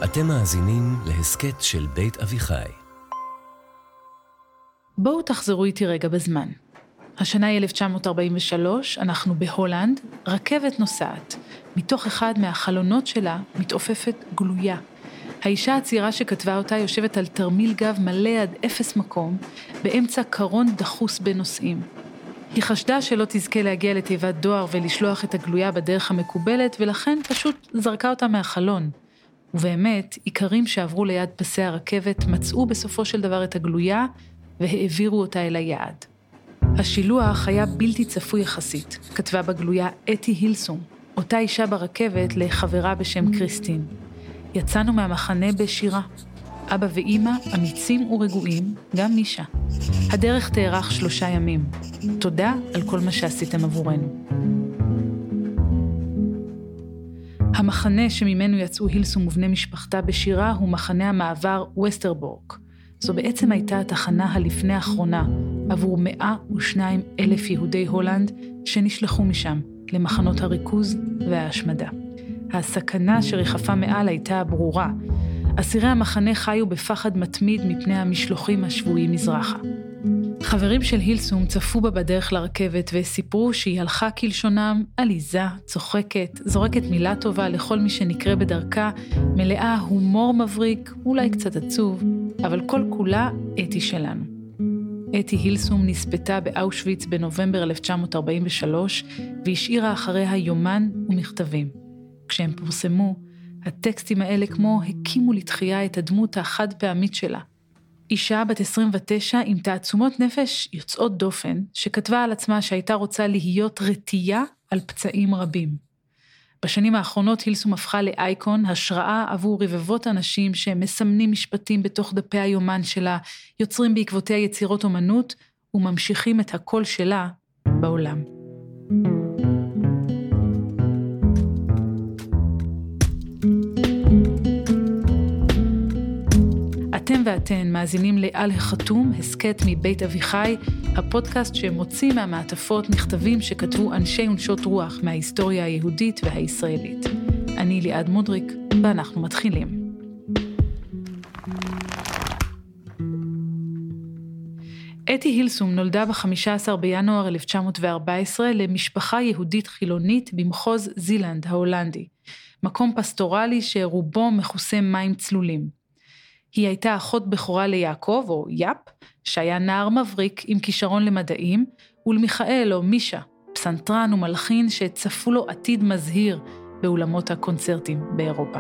אתם מאזינים להסכת של בית אביחי. בואו תחזרו איתי רגע בזמן. השנה היא 1943, אנחנו בהולנד, רכבת נוסעת. מתוך אחד מהחלונות שלה מתעופפת גלויה. האישה הצעירה שכתבה אותה יושבת על תרמיל גב מלא עד אפס מקום, באמצע קרון דחוס בנוסעים. היא חשדה שלא תזכה להגיע לתיבת דואר ולשלוח את הגלויה בדרך המקובלת, ולכן פשוט זרקה אותה מהחלון. ובאמת, עיקרים שעברו ליד פסי הרכבת מצאו בסופו של דבר את הגלויה, והעבירו אותה אל היעד. השילוח היה בלתי צפוי יחסית, כתבה בגלויה אתי הילסום, אותה אישה ברכבת לחברה בשם קריסטין. יצאנו מהמחנה בשירה. אבא ואמא אמיצים ורגועים, גם מישה. הדרך תארך 3 ימים. תודה על כל מה שעשיתם עבורנו. המחנה שממנו יצאו הילסום ובני משפחתה בשירה הוא מחנה המעבר וסטרבורק. זו בעצם הייתה התחנה הלפני האחרונה עבור 102,000 יהודי הולנד שנשלחו משם למחנות הריכוז וההשמדה. הסכנה שריחפה מעל הייתה ברורה. אסירי המחנה חיו בפחד מתמיד מפני המשלוחים השבויים מזרחה. חברים של הילסום צפו בה בדרך לרכבת וסיפרו שהיא הלכה כלשונם, עליזה, צוחקת, זורקת מילה טובה לכל מי שנקרא בדרכה, מלאה הומור מבריק, אולי קצת עצוב, אבל כל כולה אתי שלנו. אתי הילסום נספתה באושוויץ בנובמבר 1943, והשאירה אחריה יומן ומכתבים. כשהם פורסמו, הטקסטים האלה כמו הקימו לתחייה את הדמות החד פעמית שלה. אישה בת 29 עם תעצומות נפש יוצאות דופן, שכתבה על עצמה שהייתה רוצה להיות רתייה על פצעים רבים. בשנים האחרונות הילסום הפכה לאייקון, השראה עבור רבבות אנשים שמסמנים משפטים בתוך דפי היומן שלה, יוצרים בעקבותיה יצירות אומנות, וממשיכים את הקול שלה בעולם. אתם ואתן מאזינים לעל החתום, הסכת מבית אביחי, הפודקאסט שמוציא מהמעטפות מכתבים שכתבו אנשי ונשות רוח מההיסטוריה היהודית והישראלית. אני ליעד מודריק, ואנחנו מתחילים. אתי הילסום נולדה ב-15 בינואר 1914 למשפחה יהודית חילונית במחוז זילנד ההולנדי, מקום פסטורלי שרובו מכוסה מים צלולים. היא הייתה אחות בכורה ליעקב, או יאפ, שהיה נער מבריק עם כישרון למדעים, ולמיכאל או מישה, פסנתרן ומלחין שצפו לו עתיד מזהיר באולמות הקונצרטים באירופה.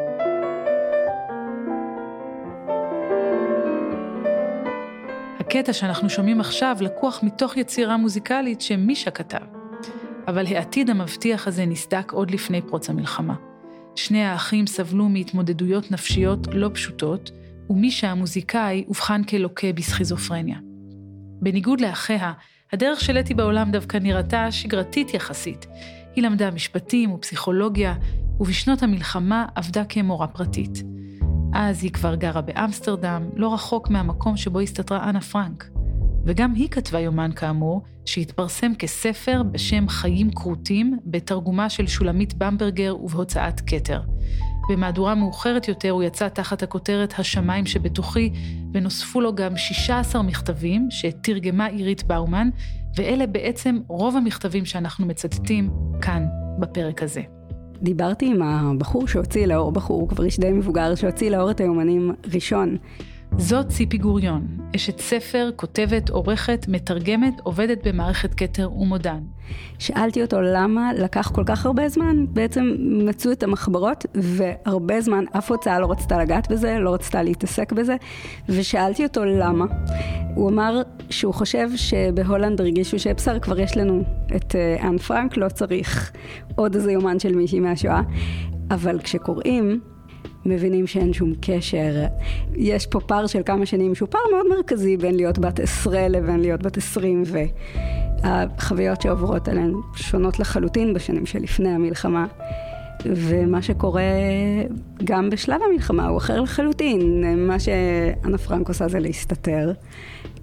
הקטע שאנחנו שומעים עכשיו לקוח מתוך יצירה מוזיקלית שמישה כתב, אבל העתיד המבטיח הזה נסדק עוד לפני פרוץ המלחמה. שני האחים סבלו מהתמודדויות נפשיות לא פשוטות, ומישה המוזיקאי הובחן כלוקה בסכיזופרניה. בניגוד לאחיה, הדרך של אתי בעולם דווקא נראתה שגרתית יחסית. היא למדה משפטים ופסיכולוגיה, ובשנות המלחמה עבדה כמורה פרטית. אז היא כבר גרה באמסטרדם, לא רחוק מהמקום שבו הסתתרה אנה פרנק. וגם היא כתבה יומן כאמור, שהתפרסם כספר בשם חיים קרוטים, בתרגומה של שולמית במברגר ובהוצאת כתר. במהדורה מאוחרת יותר הוא יצא תחת הכותרת השמיים שבתוכי, ונוספו לו גם 16 מכתבים שתרגמה עירית באומן, ואלה בעצם רוב המכתבים שאנחנו מצטטים כאן בפרק הזה. דיברתי עם הבחור שהוציא לאור, בחור כבר איש די מבוגר שהוציא לאור את היומנים ראשון. זאת ציפי גוריון, אשת ספר, כותבת, עורכת, מתרגמת, עובדת במערכת כתר ומודן. שאלתי אותו למה לקח כל כך הרבה זמן, בעצם מצאו את המחברות, והרבה זמן אף הוצאה לא רצתה לגעת בזה, לא רצתה להתעסק בזה, ושאלתי אותו למה. הוא אמר שהוא חושב שבהולנד הרגישו שבשר כבר יש לנו את אן פרנק, לא צריך עוד איזה יומן של מישהי מהשואה, אבל כשקוראים, מבינים שאין שום קשר. יש פה פער של כמה שנים שהוא פער מאוד מרכזי בין להיות בת 10 לבין להיות בת 20, והחוויות שעוברות עליהן שונות לחלוטין בשנים שלפני המלחמה, ומה שקורה גם בשלב המלחמה הוא אחר לחלוטין. מה שאנה פרנק עושה זה להסתתר,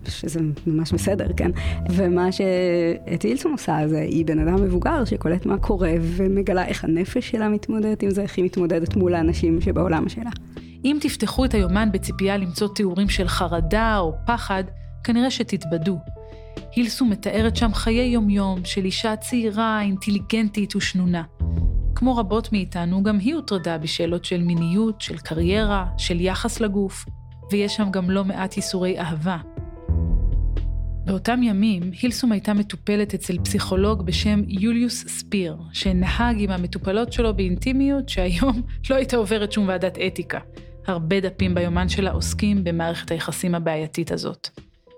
שזה ממש בסדר, כן? ומה שאת הילסום עושה זה, היא בן אדם מבוגר שקולט מה קורה ומגלה איך הנפש שלה מתמודדת עם זה, איך היא מתמודדת מול האנשים שבעולם שלה. אם תפתחו את היומן בציפייה למצוא תיאורים של חרדה או פחד, כנראה שתתבדו. הילסום מתארת שם חיי יום-יום של אישה צעירה, אינטליגנטית ושנונה. כמו רבות מאיתנו, גם היא הוטרדה בשאלות של מיניות, של קריירה, של יחס לגוף, ויש שם גם לא מעט ייסורי אהבה. באותם ימים, הילסום הייתה מטופלת אצל פסיכולוג בשם יוליוס ספיר, שנהג עם המטופלות שלו באינטימיות שהיום לא הייתה עוברת שום ועדת אתיקה. הרבה דפים ביומן שלה עוסקים במערכת היחסים הבעייתית הזאת.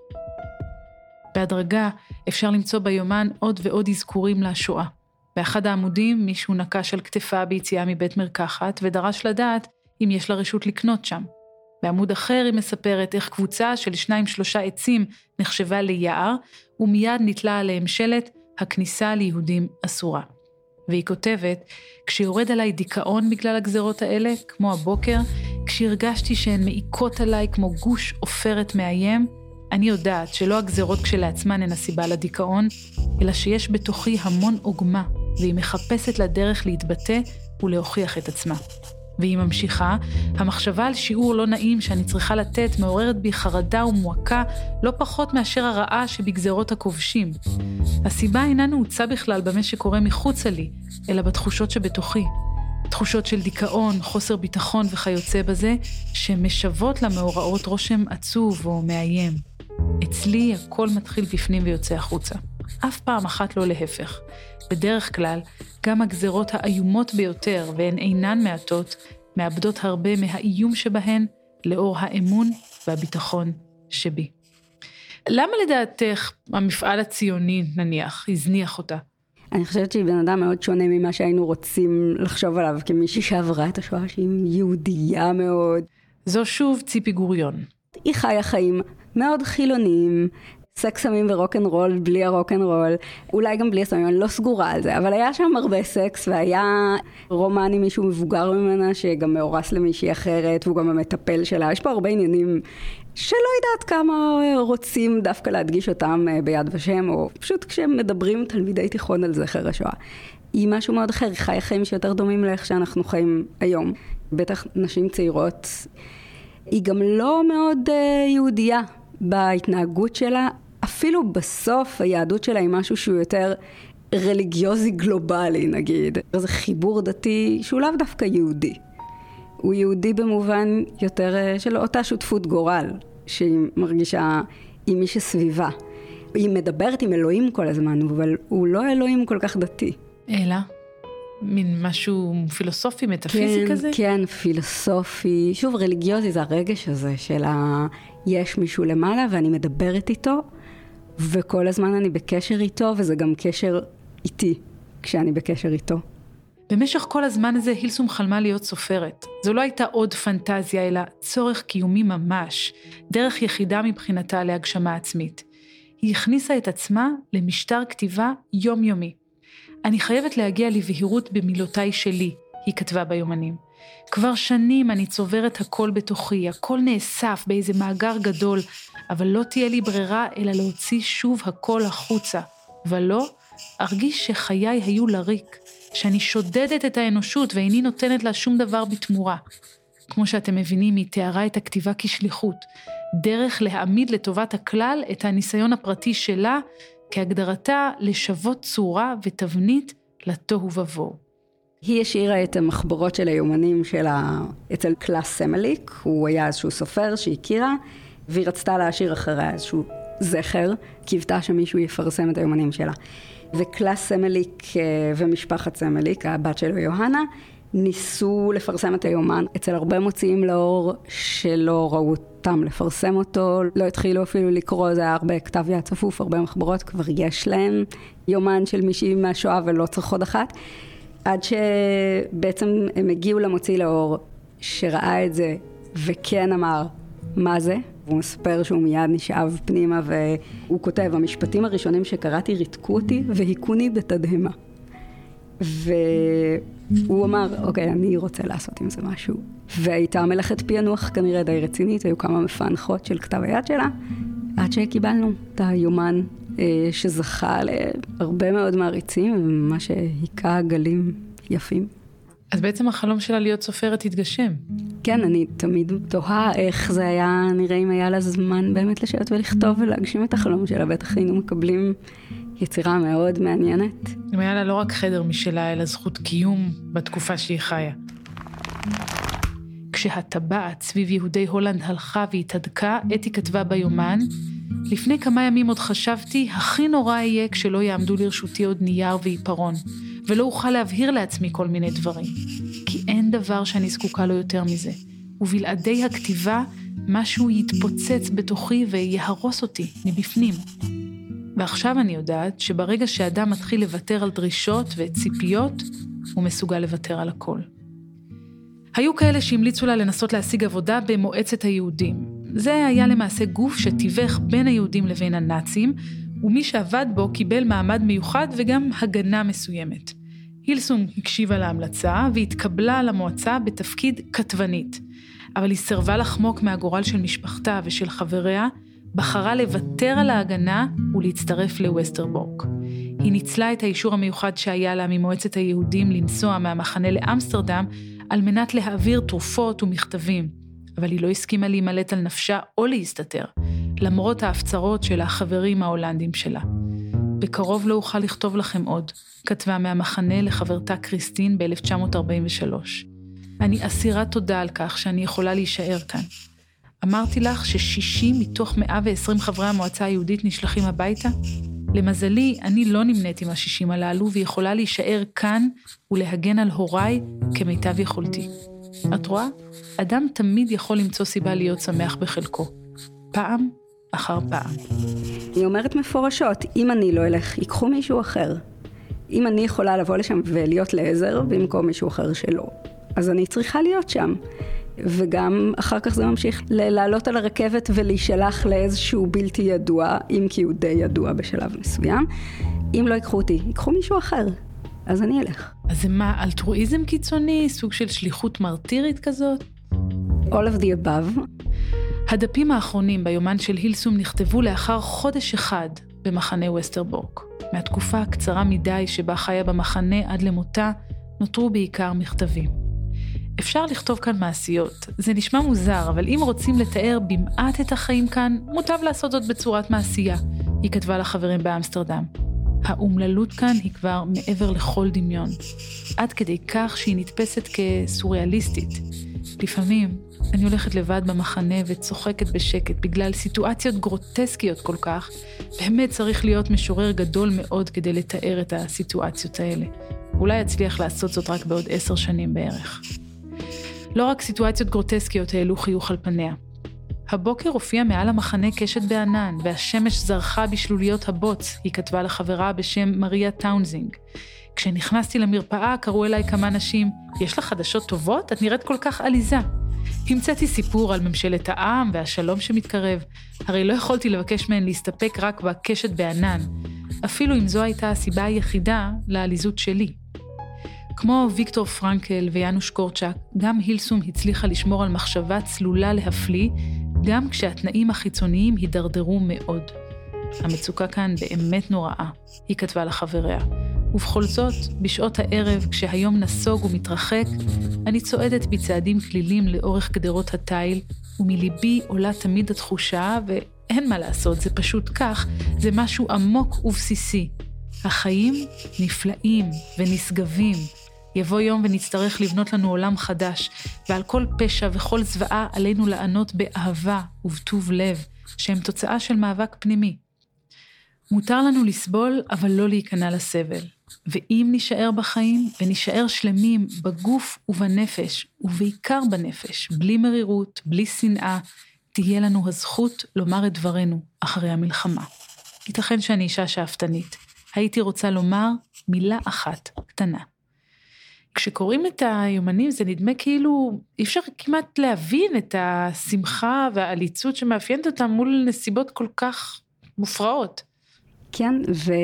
בהדרגה אפשר למצוא ביומן עוד ועוד אזכורים לשואה. באחד העמודים מישהו נקש על כתפה ביציאה מבית מרקחת ודרש לדעת אם יש לה רשות לקנות שם. בעמוד אחר היא מספרת איך קבוצה של 2-3 עצים נחשבה ליער, ומיד נתלה עליהם שלט, הכניסה ליהודים אסורה. והיא כותבת, כשיורד עליי דיכאון בגלל הגזרות האלה, כמו הבוקר, כשהרגשתי שהן מעיקות עליי כמו גוש עופרת מאיים, אני יודעת שלא הגזרות כשלעצמן הן הסיבה לדיכאון, אלא שיש בתוכי המון עוגמה, והיא מחפשת לדרך להתבטא ולהוכיח את עצמה. והיא ממשיכה, המחשבה על שיעור לא נעים שאני צריכה לתת מעוררת בי חרדה ומועקה לא פחות מאשר הרעה שבגזרות הכובשים. הסיבה אינה נעוצה בכלל במה שקורה מחוצה לי, אלא בתחושות שבתוכי. תחושות של דיכאון, חוסר ביטחון וכיוצא בזה, שמשוות למאורעות רושם עצוב או מאיים. אצלי הכל מתחיל בפנים ויוצא החוצה. אף פעם אחת לא להפך. בדרך כלל, גם הגזרות האיומות ביותר, והן אינן מעטות, מאבדות הרבה מהאיום שבהן, לאור האמון והביטחון שבי. למה לדעתך המפעל הציוני, נניח, הזניח אותה? אני חושבת שהיא בן אדם מאוד שונה ממה שהיינו רוצים לחשוב עליו, כמישהי שעברה את השואה שהיא יהודייה מאוד. זו שוב ציפי גוריון. היא חיה חיים מאוד חילוניים, סקס סמים ורוק'נ'רול בלי הרוק'נ'רול, אולי גם בלי הסמים, אני לא סגורה על זה, אבל היה שם הרבה סקס, והיה רומן עם מישהו מבוגר ממנה, שגם מאורס למישהי אחרת, והוא גם המטפל שלה. יש פה הרבה עניינים שלא יודעת כמה רוצים דווקא להדגיש אותם ביד ושם, או פשוט כשהם מדברים תלמידי תיכון על זכר השואה. היא משהו מאוד אחר, היא חיה חיים שיותר דומים לאיך שאנחנו חיים היום. בטח נשים צעירות. היא גם לא מאוד יהודייה בהתנהגות שלה, אפילו בסוף היהדות שלה היא משהו שהוא יותר רליגיוזי גלובלי נגיד. זה חיבור דתי שהוא לאו דווקא יהודי. הוא יהודי במובן יותר של אותה שותפות גורל שהיא מרגישה עם מי שסביבה. היא מדברת עם אלוהים כל הזמן, אבל הוא לא אלוהים כל כך דתי. אלא? מין משהו פילוסופי, מטאפיזי כזה? כן, פילוסופי. שוב, רליגיוזי זה הרגש הזה של יש מישהו למעלה ואני מדברת איתו, וכל הזמן אני בקשר איתו, וזה גם קשר איתי כשאני בקשר איתו. במשך כל הזמן הזה הילסום חלמה להיות סופרת. זו לא הייתה עוד פנטזיה, אלא צורך קיומי ממש, דרך יחידה מבחינתה להגשמה עצמית. היא הכניסה את עצמה למשטר כתיבה יומיומי. אני חייבת להגיע לבהירות במילותיי שלי, היא כתבה ביומנים. כבר שנים אני צוברת הכל בתוכי, הכל נאסף באיזה מאגר גדול, אבל לא תהיה לי ברירה אלא להוציא שוב הכל החוצה. ולא, ארגיש שחיי היו לריק, שאני שודדת את האנושות ואיני נותנת לה שום דבר בתמורה. כמו שאתם מבינים, היא תיארה את הכתיבה כשליחות, דרך להעמיד לטובת הכלל את הניסיון הפרטי שלה, כהגדרתה לשוות צורה ותבנית לתוהו ובוהו. היא השאירה את המחברות של היומנים שלה אצל קלאס סמליק, הוא היה איזשהו סופר שהכירה, והיא רצתה להשאיר אחריה איזשהו זכר, קיוותה שמישהו יפרסם את היומנים שלה. וקלאס סמליק ומשפחת סמליק, הבת שלו יוהנה, ניסו לפרסם את היומן אצל הרבה מוציאים לאור שלא ראו אותם לפרסם אותו, לא התחילו אפילו לקרוא, זה היה הרבה כתב יד צפוף, הרבה מחברות, כבר יש להם יומן של מישהי מהשואה ולא צריך עוד אחת, עד שבעצם הם הגיעו למוציא לאור שראה את זה וכן אמר מה זה, הוא מספר שהוא מיד נשאב פנימה והוא כותב, המשפטים הראשונים שקראתי ריתקו אותי והיכוני בתדהמה. והוא אמר, אוקיי, אני רוצה לעשות עם זה משהו. והייתה מלאכת פענוח כנראה די רצינית, היו כמה מפענחות של כתב היד שלה, עד שקיבלנו את היומן שזכה להרבה מאוד מעריצים, ומה שהיכה גלים יפים. אז בעצם החלום שלה להיות סופרת התגשם. כן, אני תמיד תוהה איך זה היה נראה אם היה לה זמן באמת לשבת ולכתוב ולהגשים את החלום שלה. בטח היינו מקבלים יצירה מאוד מעניינת. אם היה לה לא רק חדר משלה, אלא זכות קיום בתקופה שהיא חיה. כשהטבעת סביב יהודי הולנד הלכה והתהדקה, אתי כתבה ביומן, לפני כמה ימים עוד חשבתי, הכי נורא יהיה כשלא יעמדו לרשותי עוד נייר ועיפרון, ולא אוכל להבהיר לעצמי כל מיני דברים. כי אין דבר שאני זקוקה לו יותר מזה. ובלעדי הכתיבה, משהו יתפוצץ בתוכי ויהרוס אותי מבפנים. ועכשיו אני יודעת שברגע שאדם מתחיל לוותר על דרישות וציפיות, הוא מסוגל לוותר על הכל. היו כאלה שהמליצו לה לנסות להשיג עבודה במועצת היהודים. זה היה למעשה גוף שתיווך בין היהודים לבין הנאצים, ומי שעבד בו קיבל מעמד מיוחד וגם הגנה מסוימת. הילסום הקשיבה להמלצה והתקבלה למועצה בתפקיד כתבנית, אבל היא סירבה לחמוק מהגורל של משפחתה ושל חבריה, בחרה לוותר על ההגנה ולהצטרף לווסטרבורק. היא ניצלה את האישור המיוחד שהיה לה ממועצת היהודים לנסוע מהמחנה לאמסטרדם, על מנת להעביר תרופות ומכתבים, אבל היא לא הסכימה להימלט על נפשה או להסתתר, למרות ההפצרות של החברים ההולנדים שלה. בקרוב לא אוכל לכתוב לכם עוד, כתבה מהמחנה לחברתה קריסטין ב-1943. אני אסירת תודה על כך שאני יכולה להישאר כאן. אמרתי לך ש60 מתוך 120 חברי המועצה היהודית נשלחים הביתה? למזלי, אני לא נמנית עם ה60 הללו ויכולה להישאר כאן ולהגן על הוריי כמיטב יכולתי. את רואה? אדם תמיד יכול למצוא סיבה להיות שמח בחלקו. פעם אחר פעם. היא אומרת מפורשות, אם אני לא אלך, ייקחו מישהו אחר. אם אני יכולה לבוא לשם ולהיות לעזר במקום מישהו אחר שלא, אז אני צריכה להיות שם. וגם אחר כך זה ממשיך לעלות על הרכבת ולהישלח לאיזשהו בלתי ידוע, אם כי הוא די ידוע בשלב מסוים. אם לא ייקחו אותי, ייקחו מישהו אחר, אז אני אלך. אז זה מה, אלטרואיזם קיצוני? סוג של שליחות מרטירית כזאת? All of the above. הדפים האחרונים ביומן של הילסום נכתבו לאחר חודש אחד במחנה ווסטרבורק. מהתקופה הקצרה מדי שבה חיה במחנה עד למותה, נותרו בעיקר מכתבים. אפשר לכתוב כאן מעשיות. זה נשמע מוזר, אבל אם רוצים לתאר במעט את החיים כאן, מוטב לעשות זאת בצורת מעשייה, היא כתבה לחברים באמסטרדם. האומללות כאן היא כבר מעבר לכל דמיון, עד כדי כך שהיא נתפסת כסוריאליסטית. לפעמים אני הולכת לבד במחנה וצוחקת בשקט בגלל סיטואציות גרוטסקיות כל כך. באמת צריך להיות משורר גדול מאוד כדי לתאר את הסיטואציות האלה. אולי אצליח לעשות זאת רק בעוד 10 שנים בערך. לא רק סיטואציות גרוטסקיות העלו חיוך על פניה. הבוקר הופיע מעל המחנה קשת בענן, והשמש זרחה בשלוליות הבוץ, היא כתבה לחברה בשם מריה טאונזינג. כשנכנסתי למרפאה, קראו אליי כמה נשים, יש לך חדשות טובות? את נראית כל כך עליזה. המצאתי סיפור על ממשלת העם והשלום שמתקרב. הרי לא יכולתי לבקש מהן להסתפק רק בקשת בענן, אפילו אם זו הייתה הסיבה היחידה לעליזות שלי. כמו ויקטור פרנקל ויאנוש קורצ'אק, גם הילסום הצליחה לשמור על מחשבה צלולה להפליא, גם כשהתנאים החיצוניים הידרדרו מאוד. המצוקה כאן באמת נוראה, היא כתבה לחבריה. ובכל זאת, בשעות הערב, כשהיום נסוג ומתרחק, אני צועדת בצעדים כלילים לאורך גדרות התיל, ומליבי עולה תמיד התחושה, ואין מה לעשות, זה פשוט כך, זה משהו עמוק ובסיסי. החיים נפלאים ונשגבים. יבוא יום ונצטרך לבנות לנו עולם חדש, ועל כל פשע וכל זוועה עלינו לענות באהבה ובטוב לב, שהם תוצאה של מאבק פנימי. מותר לנו לסבול, אבל לא להיכנע לסבל. ואם נשאר בחיים ונשאר שלמים בגוף ובנפש, ובעיקר בנפש, בלי מרירות, בלי שנאה, תהיה לנו הזכות לומר את דברנו אחרי המלחמה. ייתכן שאני אישה שאפתנית. הייתי רוצה לומר מילה אחת קטנה. כשקוראים את היומנים זה נדמה כאילו אי אפשר כמעט להבין את השמחה והעליצות שמאפיינת אותם מול נסיבות כל כך מופרעות. כן,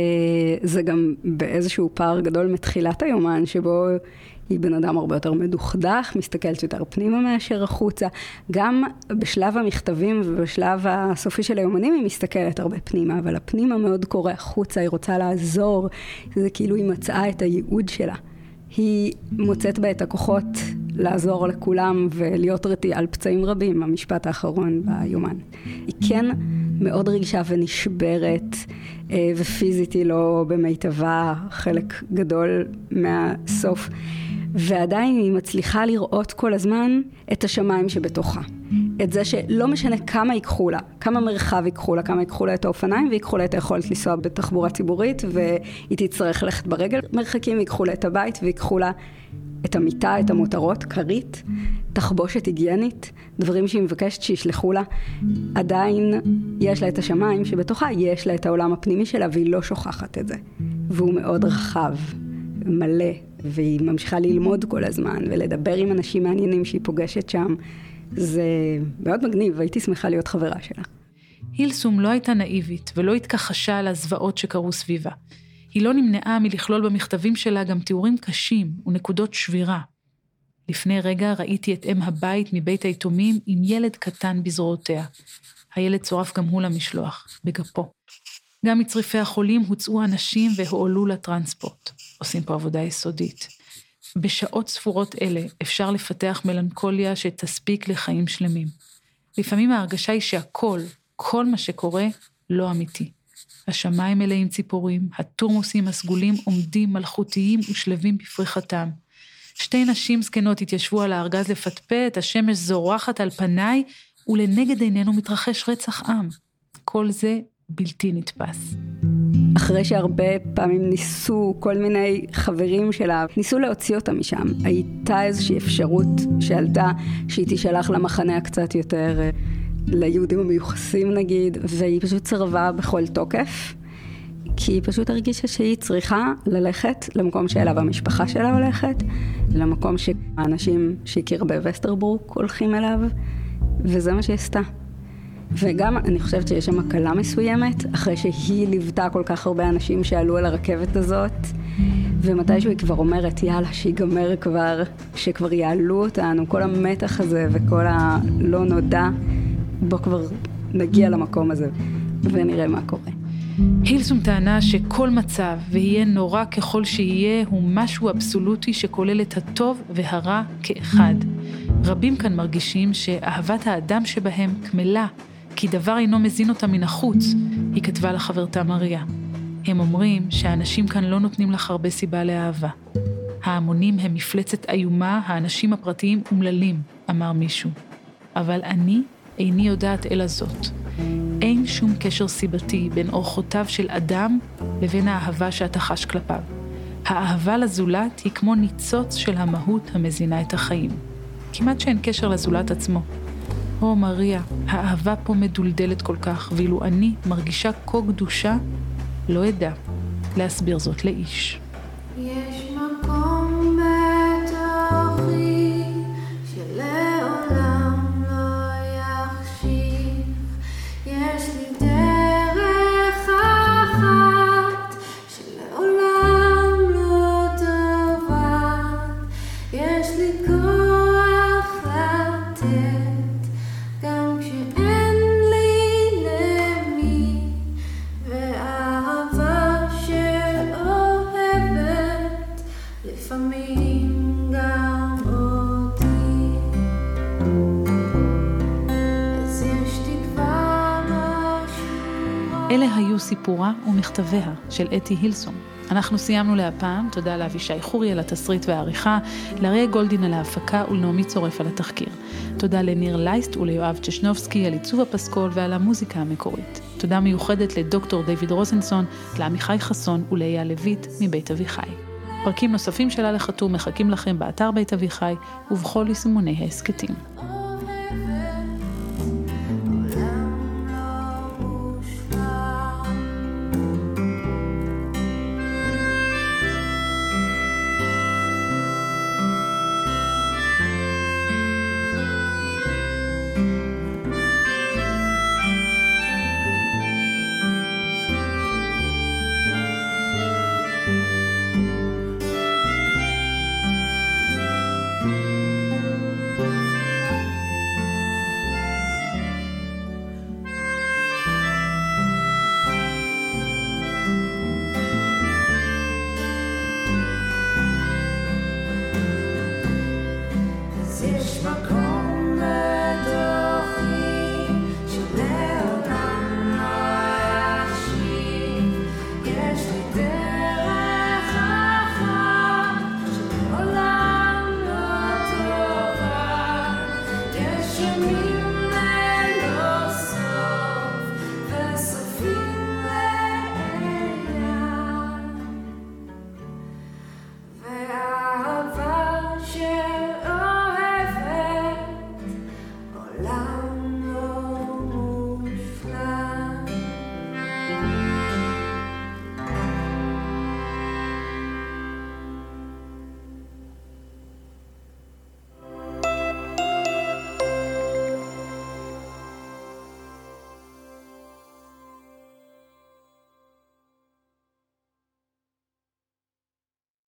וזה גם באיזשהו פער גדול מתחילת היומן, שבו היא בן אדם הרבה יותר מדוכדך, מסתכלת יותר פנימה מאשר החוצה. גם בשלב המכתבים ובשלב הסופי של היומנים היא מסתכלת הרבה פנימה, אבל הפנימה מאוד קורא החוצה, היא רוצה לעזור, זה כאילו היא מצאה את הייעוד שלה. היא מוצאת בה את הכוחות לעזור לכולם ולהיות רתיעה על פצעים רבים, המשפט האחרון ביומן. היא כן מאוד רגישה ונשברת, ופיזית היא לא במיטבה חלק גדול מהסוף, ועדיין היא מצליחה לראות כל הזמן את השמיים שבתוכה. את זה שלא משנה כמה ייקחו לה, כמה מרחב ייקחו לה, כמה ייקחו לה את האופניים, ויקחו לה את היכולת לנסוע בתחבורה ציבורית, והיא תצטרך ללכת ברגל מרחקים, ויקחו לה את הבית, ויקחו לה את המיטה, את המותרות, קרית, תחבושת היגיינית, דברים שהיא מבקשת שישלחו לה. עדיין יש לה את השמיים שבתוכה, יש לה את העולם הפנימי שלה, והיא לא שוכחת את זה. והוא מאוד רחב, מלא, והיא ממשיכה ללמוד כל הזמן, ולדבר עם אנשים מעניינים שהיא פוגשת שם. זה מאוד מגניב, והייתי שמחה להיות חברה שלה. הילסום לא הייתה נאיבית, ולא התכחשה על הזוועות שקרו סביבה. היא לא נמנעה מלכלול במכתבים שלה גם תיאורים קשים ונקודות שבירה. לפני רגע ראיתי את אם הבית מבית היתומים עם ילד קטן בזרועותיה. הילד צורף גם הוא למשלוח, בגפו. גם מצריפי החולים הוצאו אנשים והועלו לטרנספורט. עושים פה עבודה יסודית. בשעות ספורות אלה אפשר לפתח מלנכוליה שתספיק לחיים שלמים. לפעמים ההרגשה היא שהכל, כל מה שקורה, לא אמיתי. השמיים מלאים ציפורים, הטורמוסים הסגולים עומדים מלכותיים ושלבים בפריחתם. שתי נשים זקנות התיישבו על הארגז לפטפט, השמש זורחת על פניי, ולנגד עינינו מתרחש רצח עם. כל זה בלתי נתפס. אחרי שהרבה פעמים ניסו כל מיני חברים שלה, ניסו להוציא אותה משם. הייתה איזושהי אפשרות שעלתה שהיא תשלח למחנה הקצת יותר ליהודים המיוחסים נגיד, והיא פשוט סרבה בכל תוקף, כי היא פשוט הרגישה שהיא צריכה ללכת למקום שאליו המשפחה שלה הולכת, למקום שהאנשים שהכיר בווסטרבורק הולכים אליו, וזה מה שהיא עשתה. וגם אני חושבת שיש שם הקלה מסוימת, אחרי שהיא ליוותה כל כך הרבה אנשים שעלו על הרכבת הזאת, ומתישהו היא כבר אומרת, יאללה, שיגמר כבר, שכבר יעלו אותנו, כל המתח הזה וכל הלא נודע, בוא כבר נגיע למקום הזה, ונראה מה קורה. הילסום טענה שכל מצב, ויהיה נורא ככל שיהיה, הוא משהו אבסולוטי שכולל את הטוב והרע כאחד. רבים כאן מרגישים שאהבת האדם שבהם כמלה, כי דבר אינו מזין אותה מן החוץ, היא כתבה לחברתה מריה. הם אומרים שהאנשים כאן לא נותנים לך הרבה סיבה לאהבה. ההמונים הם מפלצת איומה, האנשים הפרטיים אומללים, אמר מישהו. אבל אני איני יודעת אלא זאת. אין שום קשר סיבתי בין אורחותיו של אדם לבין האהבה שאתה חש כלפיו. האהבה לזולת היא כמו ניצוץ של המהות המזינה את החיים. כמעט שאין קשר לזולת עצמו. או מריה, האהבה פה מדולדלת כל כך, ואילו אני מרגישה כה קדושה, לא אדע להסביר זאת לאיש. יש מקום בתוכי שלעולם לא יחשיב, יש לי דרך אחת שלעולם לא תאבד, יש לי כוח לתת גם כשאין לי למי, ואהבה שאוהבת לפעמים גם אותי. אז יש תקווה משהו. אלה היו סיפורה ומכתביה של אתי הילסום. אנחנו סיימנו להפעם, תודה לאבישי חורי על התסריט והעריכה, לאריה גולדין על ההפקה ולנעמי צורף על התחקיר. תודה לניר לייסט וליואב צ'שנובסקי על עיצוב הפסקול ועל המוזיקה המקורית. תודה מיוחדת לדוקטור דיוויד רוזנסון, לעמיחי חסון ולאיה לויט מבית אביחי. פרקים נוספים של על החתום מחכים לכם באתר בית אביחי ובכל יישומוני ההסקטים.